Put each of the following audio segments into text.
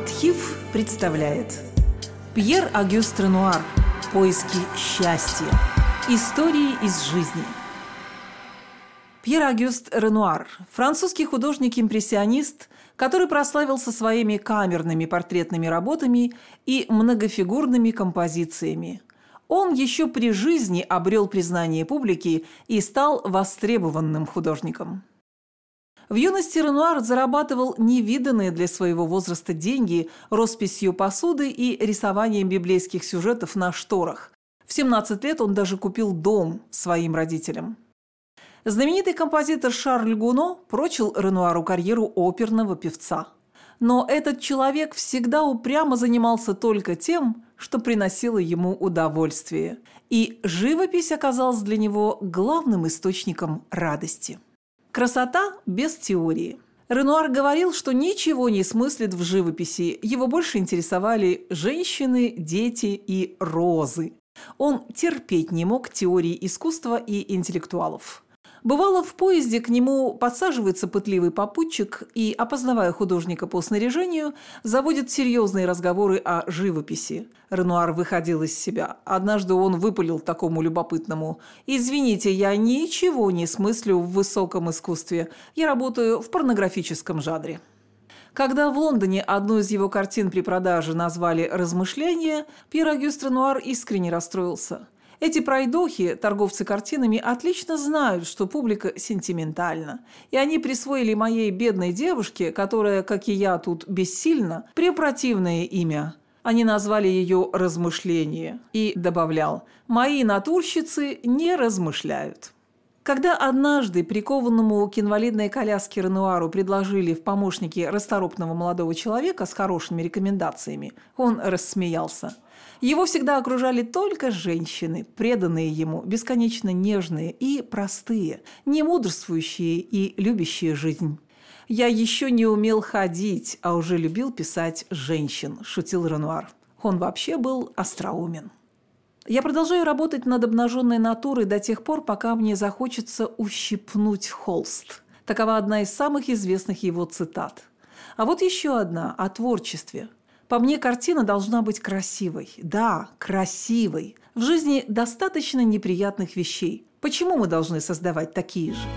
Архив представляет Пьер Огюст Ренуар. Поиски счастья. Истории из жизни. Пьер Огюст Ренуар – французский художник-импрессионист, который прославился своими камерными портретными работами и многофигурными композициями. Он еще при жизни обрел признание публики и стал востребованным художником. В юности Ренуар зарабатывал невиданные для своего возраста деньги росписью посуды и рисованием библейских сюжетов на шторах. В 17 лет он даже купил дом своим родителям. Знаменитый композитор Шарль Гуно прочил Ренуару карьеру оперного певца. Но этот человек всегда упрямо занимался только тем, что приносило ему удовольствие. И живопись оказалась для него главным источником радости. Красота без теории. Ренуар говорил, что ничего не смыслит в живописи. Его больше интересовали женщины, дети и розы. Он терпеть не мог теории искусства и интеллектуалов. Бывало, в поезде к нему подсаживается пытливый попутчик и, опознавая художника по снаряжению, заводит серьезные разговоры о живописи. Ренуар выходил из себя. Однажды он выпалил такому любопытному: «Извините, я ничего не смыслю в высоком искусстве. Я работаю в порнографическом жанре». Когда в Лондоне одну из его картин при продаже назвали «Размышления», Пьер Огюст Ренуар искренне расстроился. Эти пройдохи, торговцы картинами, отлично знают, что публика сентиментальна. И они присвоили моей бедной девушке, которая, как и я, тут бессильна, препротивное имя. Они назвали ее «Размышление». И добавлял: «Мои натурщицы не размышляют». Когда однажды прикованному к инвалидной коляске Ренуару предложили в помощники расторопного молодого человека с хорошими рекомендациями, он рассмеялся. Его всегда окружали только женщины, преданные ему, бесконечно нежные и простые, не мудрствующие и любящие жизнь. «Я еще не умел ходить, а уже любил писать женщин», – шутил Ренуар. Он вообще был остроумен. Я продолжаю работать над обнаженной натурой до тех пор, пока мне захочется ущипнуть холст. Такова одна из самых известных его цитат. А вот еще одна о творчестве. По мне, картина должна быть красивой. Да, красивой. В жизни достаточно неприятных вещей. Почему мы должны создавать такие же?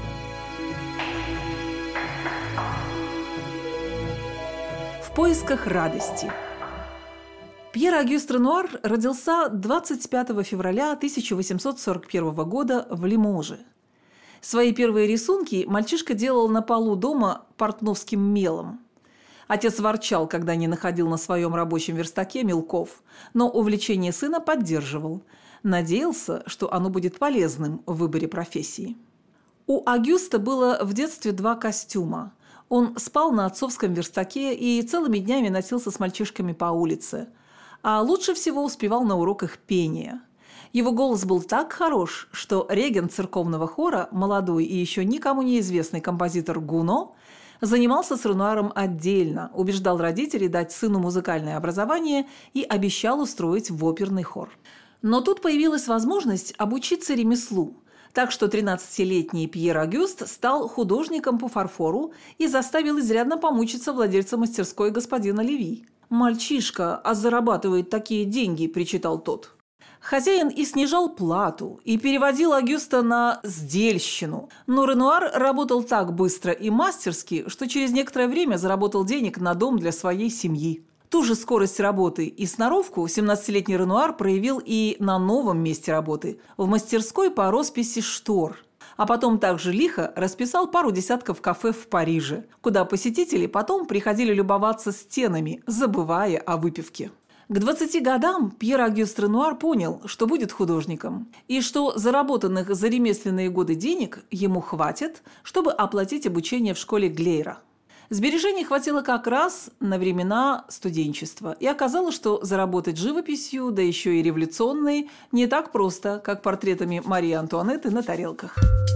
В поисках радости. Пьер Огюст Ренуар родился 25 февраля 1841 года в Лиможе. Свои первые рисунки мальчишка делал на полу дома портновским мелом. Отец ворчал, когда не находил на своем рабочем верстаке мелков, но увлечение сына поддерживал. Надеялся, что оно будет полезным в выборе профессии. У Огюста было в детстве 2 костюма. Он спал на отцовском верстаке и целыми днями носился с мальчишками по улице. А лучше всего успевал на уроках пения. Его голос был так хорош, что регент церковного хора, молодой и еще никому неизвестный композитор Гуно, занимался с Ренуаром отдельно, убеждал родителей дать сыну музыкальное образование и обещал устроить в оперный хор. Но тут появилась возможность обучиться ремеслу, так что 13-летний Пьер Огюст стал художником по фарфору и заставил изрядно помучиться владельца мастерской господина Леви. «Мальчишка, а зарабатывает такие деньги», – причитал тот. Хозяин и снижал плату, и переводил Огюста на сдельщину. Но Ренуар работал так быстро и мастерски, что через некоторое время заработал денег на дом для своей семьи. Ту же скорость работы и сноровку 17-летний Ренуар проявил и на новом месте работы – в мастерской по росписи штор. А потом также лихо расписал пару десятков кафе в Париже, куда посетители потом приходили любоваться стенами, забывая о выпивке. К 20 годам Пьер Огюст Ренуар понял, что будет художником, и что заработанных за ремесленные годы денег ему хватит, чтобы оплатить обучение в школе Глейра. Сбережений хватило как раз на времена студенчества, и оказалось, что заработать живописью, да еще и революционной, не так просто, как портретами Марии Антуанетты на тарелках.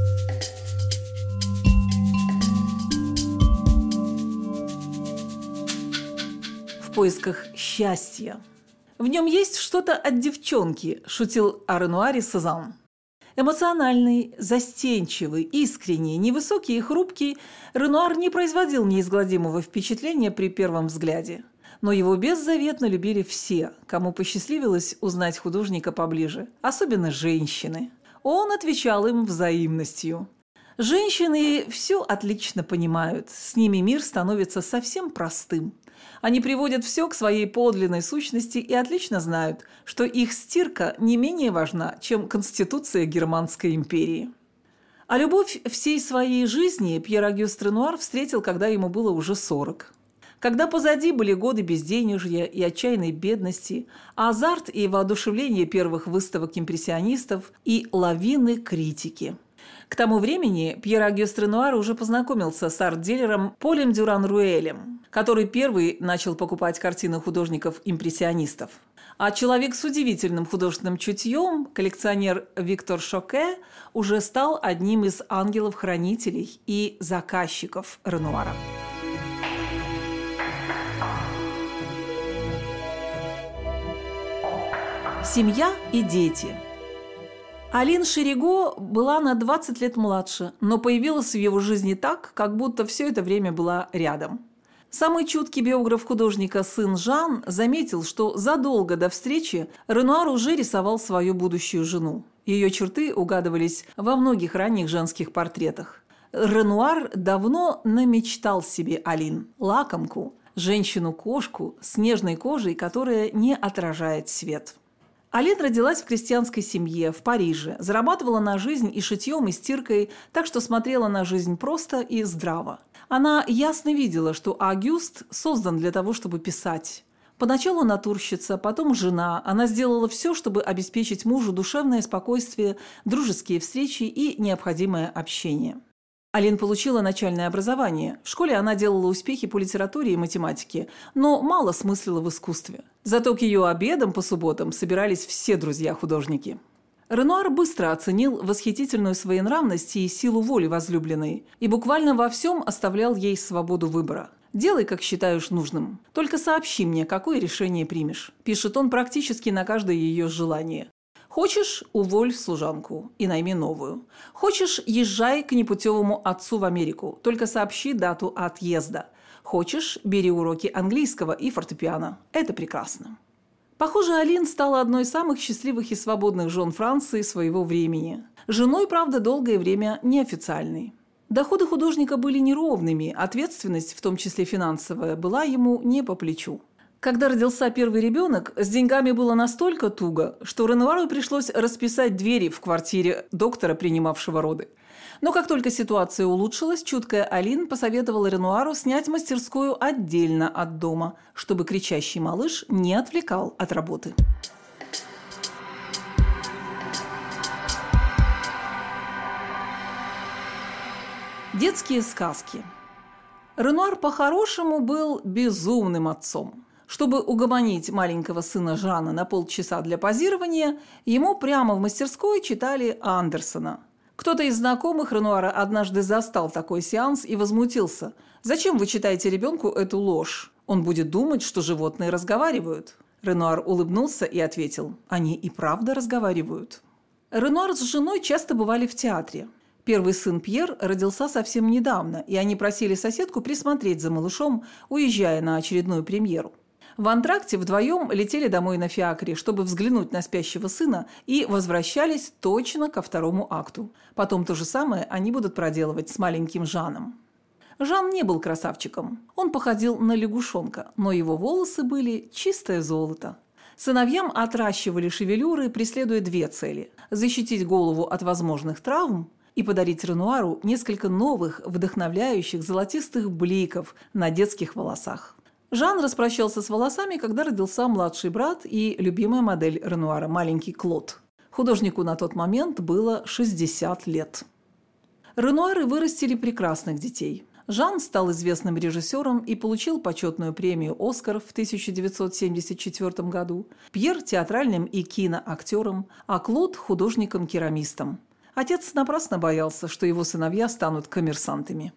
В поисках счастья. В нем есть что-то от девчонки, шутил о Ренуаре Сезанн. Эмоциональный, застенчивый, искренний, невысокий и хрупкий, Ренуар не производил неизгладимого впечатления при первом взгляде. Но его беззаветно любили все, кому посчастливилось узнать художника поближе, особенно женщины. Он отвечал им взаимностью. Женщины все отлично понимают, с ними мир становится совсем простым. Они приводят все к своей подлинной сущности и отлично знают, что их стирка не менее важна, чем конституция Германской империи. А любовь всей своей жизни Пьер Агюст Ренуар встретил, когда ему было уже 40. Когда позади были годы безденежья и отчаянной бедности, азарт и воодушевление первых выставок импрессионистов и лавины критики. К тому времени Пьер Агюст Ренуар уже познакомился с арт-дилером Полем Дюран-Руэлем, который первый начал покупать картины художников-импрессионистов. А человек с удивительным художественным чутьем, коллекционер Виктор Шоке, уже стал одним из ангелов-хранителей и заказчиков Ренуара. Семья и дети. Алин Шириго была на 20 лет младше, но появилась в его жизни так, как будто все это время была рядом. Самый чуткий биограф художника сын Жан заметил, что задолго до встречи Ренуар уже рисовал свою будущую жену. Ее черты угадывались во многих ранних женских портретах. Ренуар давно намечтал себе Алин – лакомку, женщину-кошку с нежной кожей, которая не отражает свет. Алин родилась в крестьянской семье в Париже, зарабатывала на жизнь и шитьем, и стиркой, так что смотрела на жизнь просто и здраво. Она ясно видела, что Агюст создан для того, чтобы писать. Поначалу натурщица, потом жена. Она сделала все, чтобы обеспечить мужу душевное спокойствие, дружеские встречи и необходимое общение. Алин получила начальное образование. В школе она делала успехи по литературе и математике, но мало смыслила в искусстве. Зато к ее обедам по субботам собирались все друзья-художники. Ренуар быстро оценил восхитительную своенравность и силу воли возлюбленной и буквально во всем оставлял ей свободу выбора. «Делай, как считаешь нужным. Только сообщи мне, какое решение примешь», – пишет он практически на каждое ее желание. «Хочешь – уволь служанку и найми новую. Хочешь – езжай к непутевому отцу в Америку, только сообщи дату отъезда. Хочешь – бери уроки английского и фортепиано. Это прекрасно». Похоже, Алин стала одной из самых счастливых и свободных жен Франции своего времени. Женой, правда, долгое время неофициальной. Доходы художника были неровными, ответственность, в том числе финансовая, была ему не по плечу. Когда родился первый ребенок, с деньгами было настолько туго, что Ренуару пришлось расписать двери в квартире доктора, принимавшего роды. Но как только ситуация улучшилась, чуткая Алин посоветовала Ренуару снять мастерскую отдельно от дома, чтобы кричащий малыш не отвлекал от работы. Детские сказки. Ренуар по-хорошему был безумным отцом. Чтобы угомонить маленького сына Жана на полчаса для позирования, ему прямо в мастерской читали Андерсона. Кто-то из знакомых Ренуара однажды застал такой сеанс и возмутился. «Зачем вы читаете ребенку эту ложь? Он будет думать, что животные разговаривают». Ренуар улыбнулся и ответил: «Они и правда разговаривают». Ренуар с женой часто бывали в театре. Первый сын Пьер родился совсем недавно, и они просили соседку присмотреть за малышом, уезжая на очередную премьеру. В антракте вдвоем летели домой на фиакре, чтобы взглянуть на спящего сына, и возвращались точно ко второму акту. Потом то же самое они будут проделывать с маленьким Жаном. Жан не был красавчиком. Он походил на лягушонка, но его волосы были чистое золото. Сыновьям отращивали шевелюры, преследуя две цели – защитить голову от возможных травм и подарить Ренуару несколько новых, вдохновляющих золотистых бликов на детских волосах. Жан распрощался с волосами, когда родился младший брат и любимая модель Ренуара – маленький Клод. Художнику на тот момент было 60 лет. Ренуары вырастили прекрасных детей. Жан стал известным режиссером и получил почетную премию «Оскар» в 1974 году, Пьер – театральным и киноактером, а Клод – художником-керамистом. Отец напрасно боялся, что его сыновья станут коммерсантами.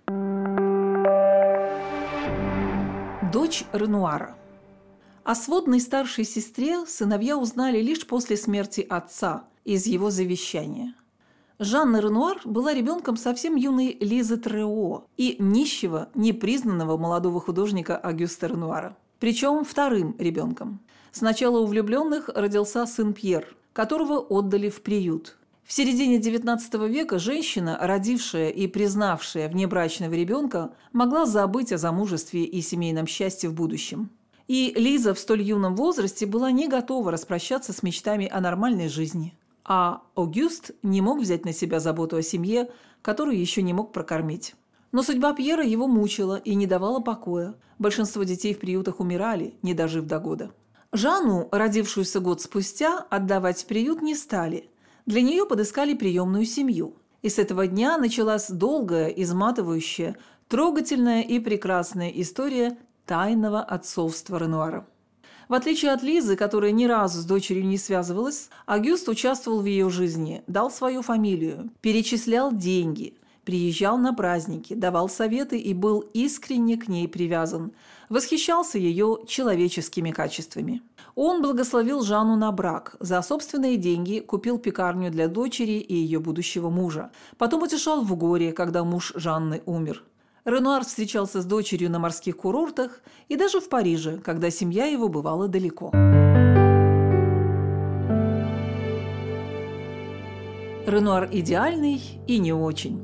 Дочь Ренуара. О сводной старшей сестре сыновья узнали лишь после смерти отца из его завещания. Жанна Ренуар была ребенком совсем юной Лизы Трео и нищего, непризнанного молодого художника Агюста Ренуара. причем вторым ребенком. Сначала у влюбленных родился сын Пьер, которого отдали в приют. В середине XIX века женщина, родившая и признавшая внебрачного ребенка, могла забыть о замужестве и семейном счастье в будущем. И Лиза в столь юном возрасте была не готова распрощаться с мечтами о нормальной жизни. А Огюст не мог взять на себя заботу о семье, которую еще не мог прокормить. Но судьба Пьера его мучила и не давала покоя. Большинство детей в приютах умирали, не дожив до года. Жанну, родившуюся год спустя, отдавать в приют не стали. Для нее подыскали приемную семью. И с этого дня началась долгая, изматывающая, трогательная и прекрасная история тайного отцовства Ренуара. В отличие от Лизы, которая ни разу с дочерью не связывалась, Огюст участвовал в ее жизни, дал свою фамилию, перечислял деньги, приезжал на праздники, давал советы и был искренне к ней привязан, восхищался ее человеческими качествами. Он благословил Жанну на брак, за собственные деньги купил пекарню для дочери и ее будущего мужа, потом утешал в горе, когда муж Жанны умер. Ренуар встречался с дочерью на морских курортах и даже в Париже, когда семья его бывала далеко. Ренуар идеальный и не очень.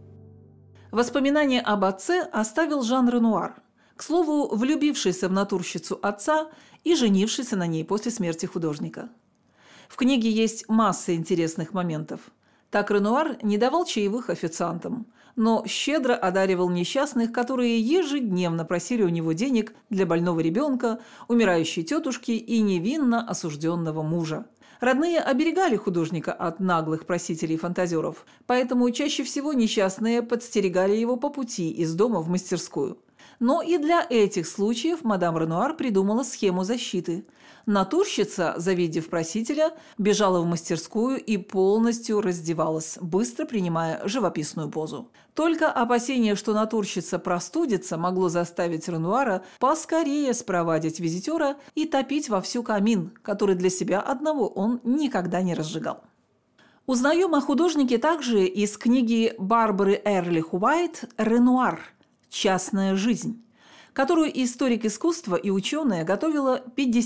Воспоминания об отце оставил Жан Ренуар, к слову, влюбившийся в натурщицу отца и женившийся на ней после смерти художника. В книге есть масса интересных моментов. Так Ренуар не давал чаевых официантам, но щедро одаривал несчастных, которые ежедневно просили у него денег для больного ребенка, умирающей тетушки и невинно осужденного мужа. Родные оберегали художника от наглых просителей-фантазеров, поэтому чаще всего несчастные подстерегали его по пути из дома в мастерскую. Но и для этих случаев мадам Ренуар придумала схему защиты. Натурщица, завидев просителя, бежала в мастерскую и полностью раздевалась, быстро принимая живописную позу. Только опасение, что натурщица простудится, могло заставить Ренуара поскорее спровадить визитера и топить вовсю камин, который для себя одного он никогда не разжигал. Узнаем о художнике также из книги Барбары Эрлих Уайт «Ренуар. Частная жизнь», которую историк искусства и ученая готовила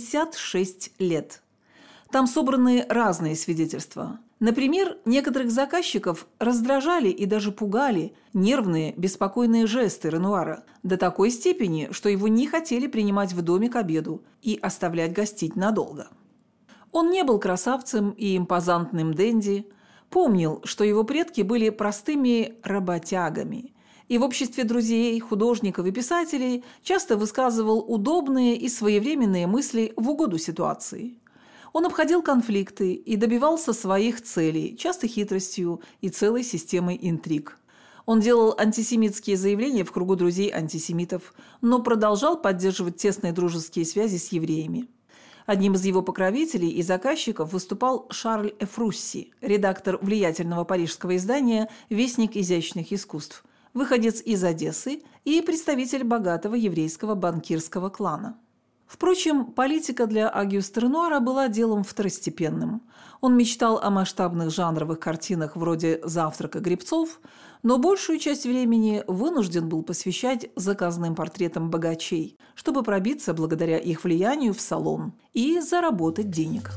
56 лет. Там собраны разные свидетельства. Например, некоторых заказчиков раздражали и даже пугали нервные, беспокойные жесты Ренуара до такой степени, что его не хотели принимать в доме к обеду и оставлять гостить надолго. Он не был красавцем и импозантным денди, помнил, что его предки были простыми работягами – и в обществе друзей, художников и писателей часто высказывал удобные и своевременные мысли в угоду ситуации. Он обходил конфликты и добивался своих целей, часто хитростью и целой системой интриг. Он делал антисемитские заявления в кругу друзей-антисемитов, но продолжал поддерживать тесные дружеские связи с евреями. Одним из его покровителей и заказчиков выступал Шарль Эфрусси, редактор влиятельного парижского издания «Вестник изящных искусств», выходец из Одессы и представитель богатого еврейского банкирского клана. Впрочем, политика для Огюста Ренуара была делом второстепенным. Он мечтал о масштабных жанровых картинах вроде «Завтрака гребцов», но большую часть времени вынужден был посвящать заказным портретам богачей, чтобы пробиться благодаря их влиянию в салон и заработать денег.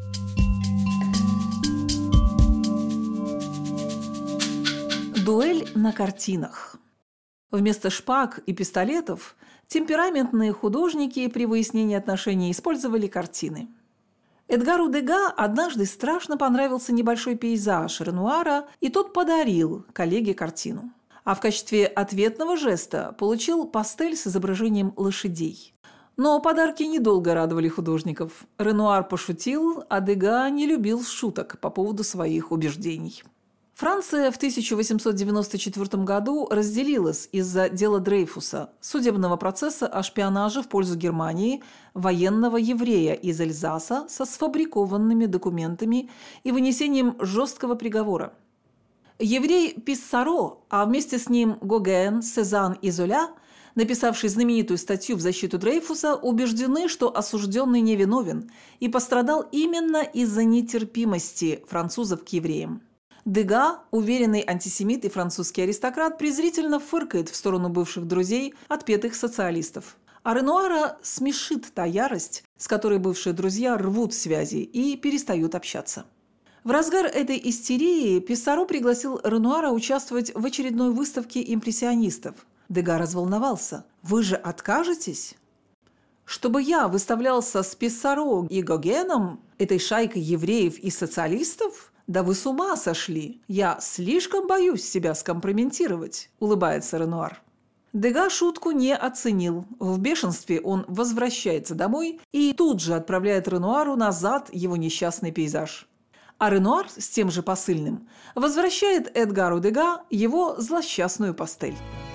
Дуэль на картинах. Вместо шпаг и пистолетов темпераментные художники при выяснении отношений использовали картины. Эдгару Дега однажды страшно понравился небольшой пейзаж Ренуара, и тот подарил коллеге картину. А в качестве ответного жеста получил пастель с изображением лошадей. Но подарки недолго радовали художников. Ренуар пошутил, а Дега не любил шуток по поводу своих убеждений. Франция в 1894 году разделилась из-за дела Дрейфуса, судебного процесса о шпионаже в пользу Германии военного еврея из Эльзаса со сфабрикованными документами и вынесением жесткого приговора. Еврей Писсаро, а вместе с ним Гоген, Сезанн и Золя, написавший знаменитую статью в защиту Дрейфуса, убеждены, что осужденный невиновен и пострадал именно из-за нетерпимости французов к евреям. Дега, уверенный антисемит и французский аристократ, презрительно фыркает в сторону бывших друзей, отпетых социалистов. А Ренуара смешит та ярость, с которой бывшие друзья рвут связи и перестают общаться. В разгар этой истерии Писсаро пригласил Ренуара участвовать в очередной выставке импрессионистов. Дега разволновался. «Вы же откажетесь?» «Чтобы я выставлялся с Писсаро и Гогеном, этой шайкой евреев и социалистов? Да вы с ума сошли! Я слишком боюсь себя скомпрометировать», – улыбается Ренуар. Дега шутку не оценил. В бешенстве он возвращается домой и тут же отправляет Ренуару назад его несчастный пейзаж. А Ренуар с тем же посыльным возвращает Эдгару Дега его злосчастную пастель.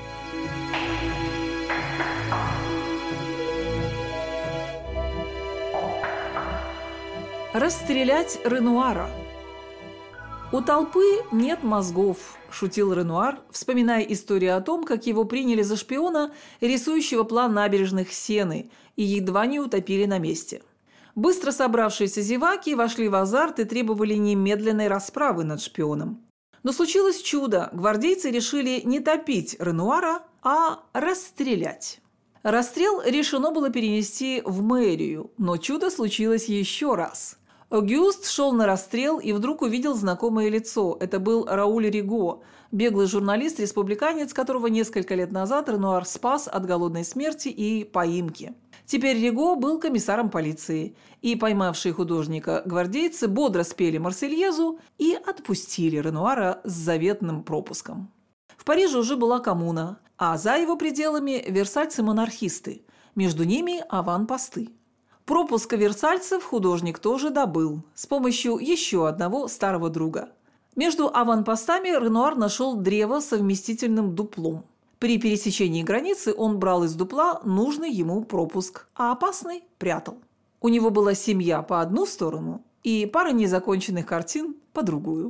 Расстрелять Ренуара. «У толпы нет мозгов», – шутил Ренуар, вспоминая историю о том, как его приняли за шпиона, рисующего план набережных Сены, и едва не утопили на месте. Быстро собравшиеся зеваки вошли в азарт и требовали немедленной расправы над шпионом. Но случилось чудо. Гвардейцы решили не топить Ренуара, а расстрелять. Расстрел решено было перенести в мэрию, но чудо случилось еще раз. Огюст шел на расстрел и вдруг увидел знакомое лицо. Это был Рауль Риго, беглый журналист-республиканец, которого несколько лет назад Ренуар спас от голодной смерти и поимки. Теперь Риго был комиссаром полиции, и поймавшие художника гвардейцы бодро спели «Марсельезу» и отпустили Ренуара с заветным пропуском. В Париже уже была коммуна, а за его пределами версальцы-монархисты, между ними аванпосты. Пропуск версальцев художник тоже добыл с помощью еще одного старого друга. Между аванпостами Ренуар нашел древо с совместительным дуплом. При пересечении границы он брал из дупла нужный ему пропуск, а опасный прятал. У него была семья по одну сторону и пара незаконченных картин по другую.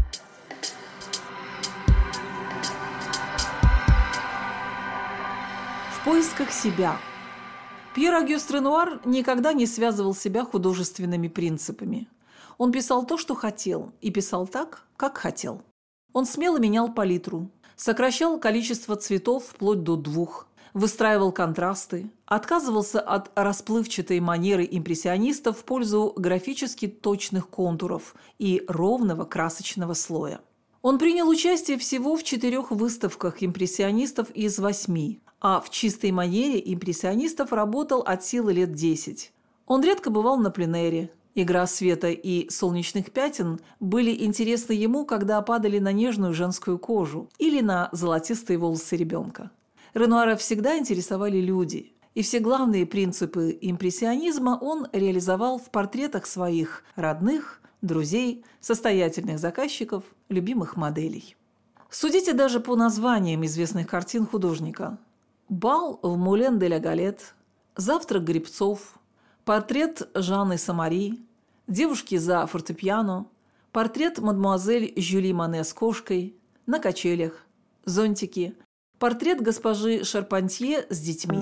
В поисках себя. Пьер-Агюст Ренуар никогда не связывал себя художественными принципами. Он писал то, что хотел, и писал так, как хотел. Он смело менял палитру, сокращал количество цветов вплоть до 2, выстраивал контрасты, отказывался от расплывчатой манеры импрессионистов в пользу графически точных контуров и ровного красочного слоя. Он принял участие всего в 4 выставках импрессионистов из 8, а в чистой манере импрессионистов работал от силы лет 10. Он редко бывал на пленэре. Игра света и солнечных пятен были интересны ему, когда падали на нежную женскую кожу или на золотистые волосы ребенка. Ренуара всегда интересовали люди, и все главные принципы импрессионизма он реализовал в портретах своих родных, друзей, состоятельных заказчиков, любимых моделей. Судите даже по названиям известных картин художника. «Бал в Мулен-де-ля-Галет», «Завтрак гребцов», портрет Жанны Самари, девушки за фортепиано, портрет мадемуазель Жюли Мане с кошкой, на качелях, зонтики, портрет госпожи Шарпантье с детьми.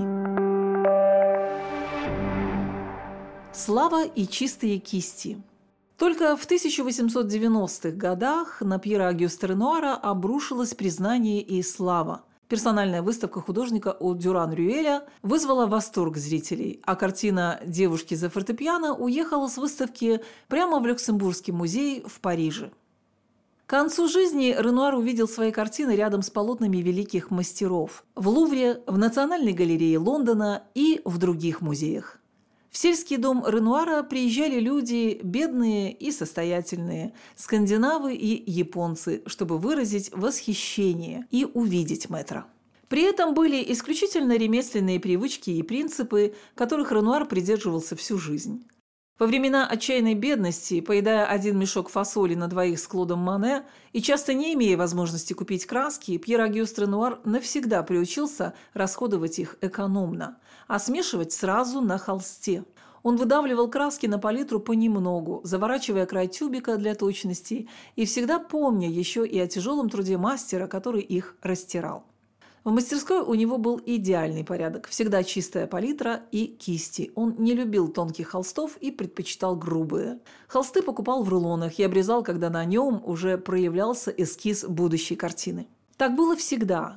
Слава и чистые кисти. Только в 1890-х годах на Пьера-Агюста Ренуара обрушилось признание и слава. Персональная выставка художника у Дюран-Рюэля вызвала восторг зрителей, а картина «Девушки за фортепиано» уехала с выставки прямо в Люксембургский музей в Париже. К концу жизни Ренуар увидел свои картины рядом с полотнами великих мастеров в Лувре, в Национальной галерее Лондона и в других музеях. В сельский дом Ренуара приезжали люди бедные и состоятельные, скандинавы и японцы, чтобы выразить восхищение и увидеть мэтра. При этом были исключительно ремесленные привычки и принципы, которых Ренуар придерживался всю жизнь. Во времена отчаянной бедности, поедая 1 мешок фасоли на 2 с Клодом Мане и часто не имея возможности купить краски, Пьер-Агюст Ренуар навсегда приучился расходовать их экономно, а смешивать сразу на холсте. Он выдавливал краски на палитру понемногу, заворачивая край тюбика для точности и всегда помня еще и о тяжелом труде мастера, который их растирал. В мастерской у него был идеальный порядок, всегда чистая палитра и кисти. Он не любил тонких холстов и предпочитал грубые. Холсты покупал в рулонах и обрезал, когда на нем уже проявлялся эскиз будущей картины. Так было всегда.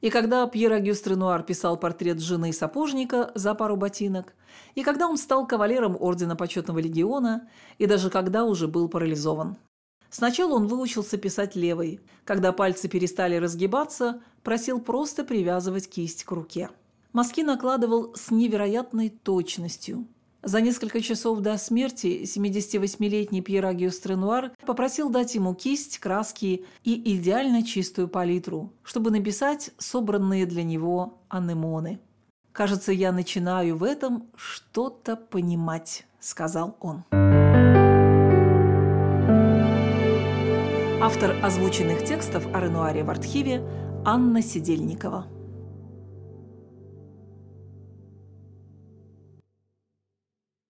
И когда Пьер Агюст Ренуар писал портрет жены сапожника за пару ботинок, и когда он стал кавалером Ордена Почетного Легиона, и даже когда уже был парализован. Сначала он выучился писать левой. Когда пальцы перестали разгибаться, просил просто привязывать кисть к руке. Мазки накладывал с невероятной точностью. За несколько часов до смерти 78-летний Пьер Агюст Ренуар попросил дать ему кисть, краски и идеально чистую палитру, чтобы написать собранные для него анемоны. «Кажется, я начинаю в этом что-то понимать», – сказал он. Автор озвученных текстов о Ренуаре в архиве Анна Сидельникова.